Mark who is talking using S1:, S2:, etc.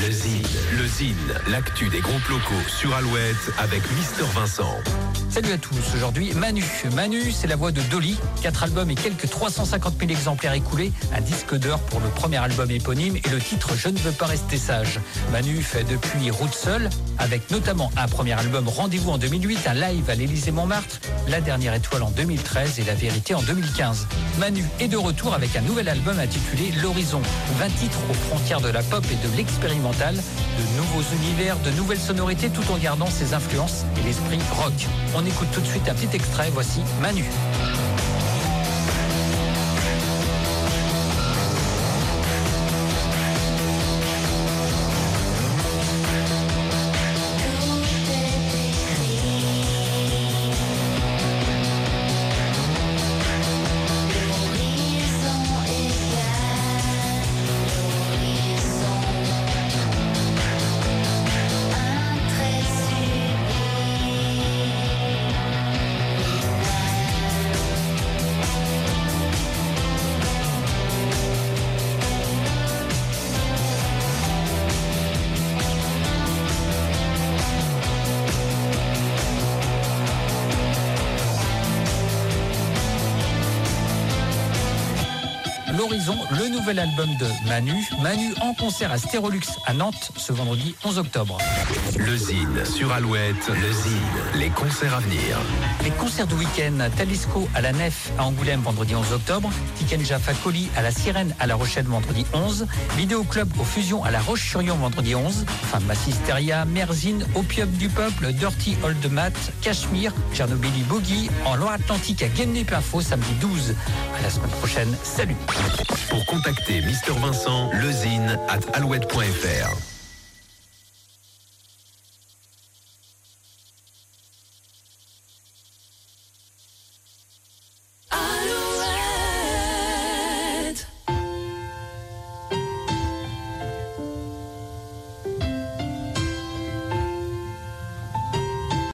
S1: Le Zine, l'actu des groupes locaux sur Alouette avec Mister Vincent.
S2: Salut à tous, aujourd'hui Manu. Manu, c'est la voix de Dolly, 4 albums et quelques 350 000 exemplaires écoulés, un disque d'or pour le premier album éponyme et le titre Je ne veux pas rester sage. Manu fait depuis route seule, avec notamment un premier album Rendez-vous en 2008, un live à l'Élysée-Montmartre, La Dernière Étoile en 2013 et La Vérité en 2015. Manu est de retour avec un nouvel album intitulé L'Horizon, 20 titres aux frontières de la pop et de l'expérimental, de nouveaux univers, de nouvelles sonorités tout en gardant ses influences et l'esprit rock. On écoute tout de suite un petit extrait, voici Manu. L'Horizon, le nouvel album de Manu. Manu en concert à Stérolux à Nantes ce vendredi 11 octobre.
S1: Le Zine sur Alouette, le Zine, les concerts à venir.
S2: Les concerts du week-end, Talisco à la Nef à Angoulême vendredi 11 octobre, Tikenja Fakoli à la Sirène à La Rochelle vendredi 11, Vidéo Club aux Fusions à La Roche-sur-Yon vendredi 11, enfin Massisteria, Merzine, Opium du Peuple, Dirty Old Mat, Cachemire, Tchernobyl Boogie, en Loire-Atlantique à Guémené-Plainfaux samedi 12. À la semaine prochaine, salut.
S1: Pour contacter Mister Vincent, lezine@alouette.fr.